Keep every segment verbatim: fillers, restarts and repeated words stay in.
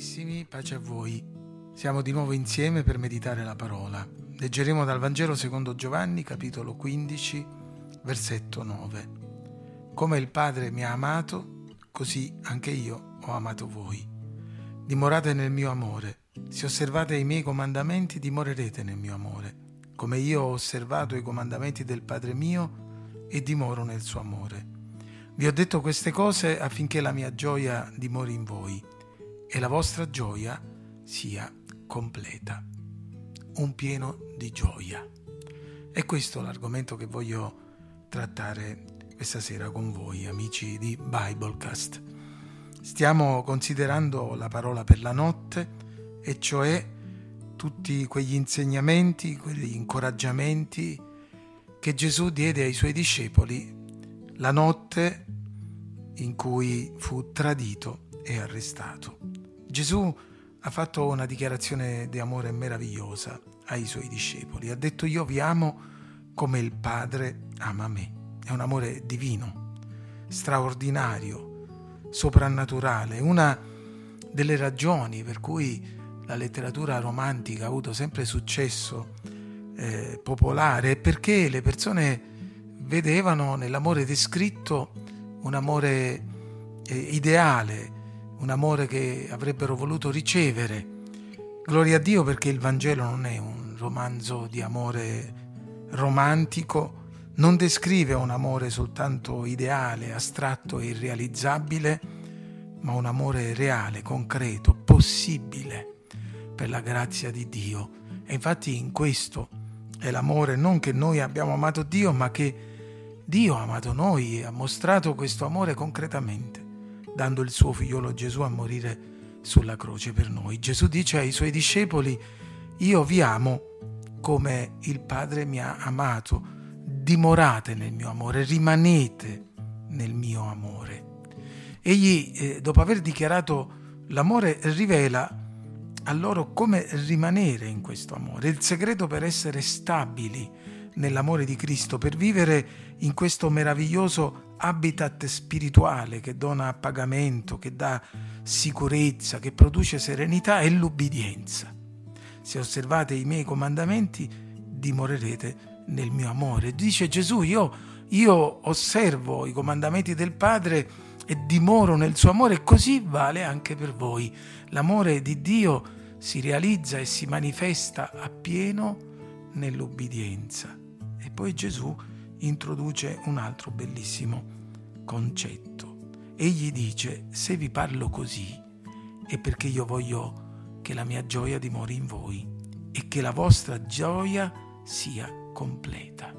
carissimi, pace a voi. Siamo di nuovo insieme per meditare la parola. Leggeremo dal Vangelo secondo Giovanni, capitolo quindici, versetto nove. Come il Padre mi ha amato, così anche io ho amato voi. Dimorate nel mio amore. Se osservate i miei comandamenti, dimorerete nel mio amore. Come io ho osservato i comandamenti del Padre mio e dimoro nel suo amore. Vi ho detto queste cose affinché la mia gioia dimori in voi e la vostra gioia sia completa. Un pieno di gioia. È questo l'argomento che voglio trattare questa sera con voi, amici di Biblecast. Stiamo considerando la parola per la notte, e cioè tutti quegli insegnamenti, quegli incoraggiamenti che Gesù diede ai suoi discepoli la notte in cui fu tradito e arrestato. Gesù ha fatto una dichiarazione di amore meravigliosa ai suoi discepoli. Ha detto: io vi amo come il Padre ama me. È un amore divino, straordinario, soprannaturale. Una delle ragioni per cui la letteratura romantica ha avuto sempre successo eh, popolare è perché le persone vedevano nell'amore descritto un amore eh, ideale, un amore che avrebbero voluto ricevere. Gloria a Dio, perché il Vangelo non è un romanzo di amore romantico, non descrive un amore soltanto ideale, astratto e irrealizzabile, ma un amore reale, concreto, possibile per la grazia di Dio. E infatti in questo è l'amore, non che noi abbiamo amato Dio, ma che Dio ha amato noi e ha mostrato questo amore concretamente, dando il suo figliolo Gesù a morire sulla croce per noi. Gesù dice ai suoi discepoli: io vi amo come il Padre mi ha amato, dimorate nel mio amore, rimanete nel mio amore. Egli, eh, dopo aver dichiarato l'amore, rivela a loro come rimanere in questo amore, il segreto per essere stabili nell'amore di Cristo, per vivere in questo meraviglioso habitat spirituale che dona appagamento, che dà sicurezza, che produce serenità, è l'ubbidienza. Se osservate i miei comandamenti, dimorerete nel mio amore. Dice Gesù: io, io osservo i comandamenti del Padre e dimoro nel suo amore, e così vale anche per voi. L'amore di Dio si realizza e si manifesta appieno nell'ubbidienza. E poi Gesù introduce un altro bellissimo concetto. Egli dice: se vi parlo così è perché io voglio che la mia gioia dimori in voi e che la vostra gioia sia completa.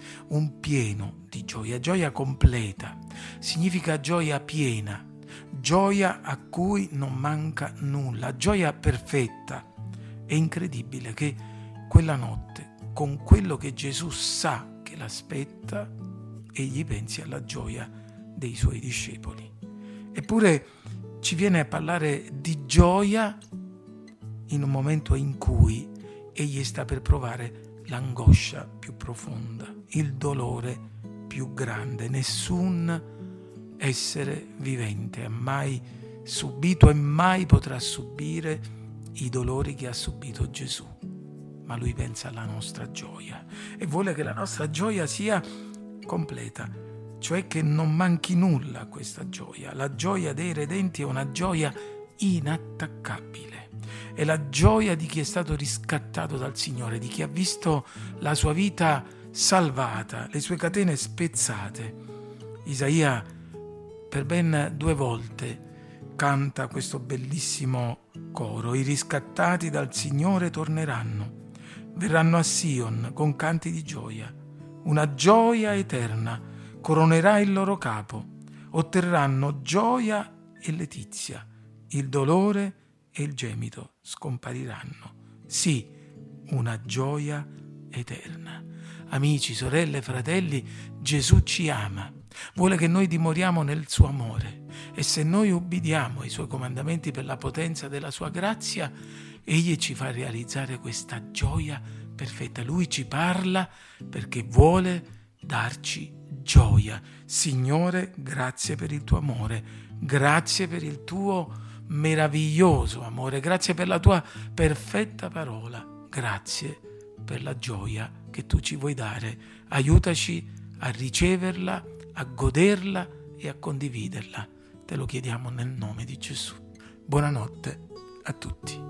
Un pieno di gioia, gioia completa, significa gioia piena, gioia a cui non manca nulla, gioia perfetta. È incredibile che quella notte, con quello che Gesù sa che l'aspetta, egli pensi alla gioia dei suoi discepoli. Eppure ci viene a parlare di gioia in un momento in cui egli sta per provare l'angoscia più profonda, il dolore più grande. Nessun essere vivente ha mai subito e mai potrà subire i dolori che ha subito Gesù. Ma lui pensa alla nostra gioia e vuole che la nostra gioia sia completa, cioè che non manchi nulla a questa gioia. La gioia dei redenti è una gioia inattaccabile, è la gioia di chi è stato riscattato dal Signore, di chi ha visto la sua vita salvata, le sue catene spezzate. Isaia per ben due volte canta questo bellissimo coro: i riscattati dal Signore torneranno, verranno a Sion con canti di gioia. Una gioia eterna coronerà il loro capo. Otterranno gioia e letizia. Il dolore e il gemito scompariranno. Sì, una gioia eterna. Amici, sorelle, fratelli, Gesù ci ama. Vuole che noi dimoriamo nel suo amore. E se noi ubbidiamo ai suoi comandamenti per la potenza della sua grazia, egli ci fa realizzare questa gioia perfetta. Lui ci parla perché vuole darci gioia. Signore, grazie per il tuo amore, grazie per il tuo meraviglioso amore, grazie per la tua perfetta parola, grazie per la gioia che tu ci vuoi dare. Aiutaci a riceverla, a goderla e a condividerla. Te lo chiediamo nel nome di Gesù. Buonanotte a tutti.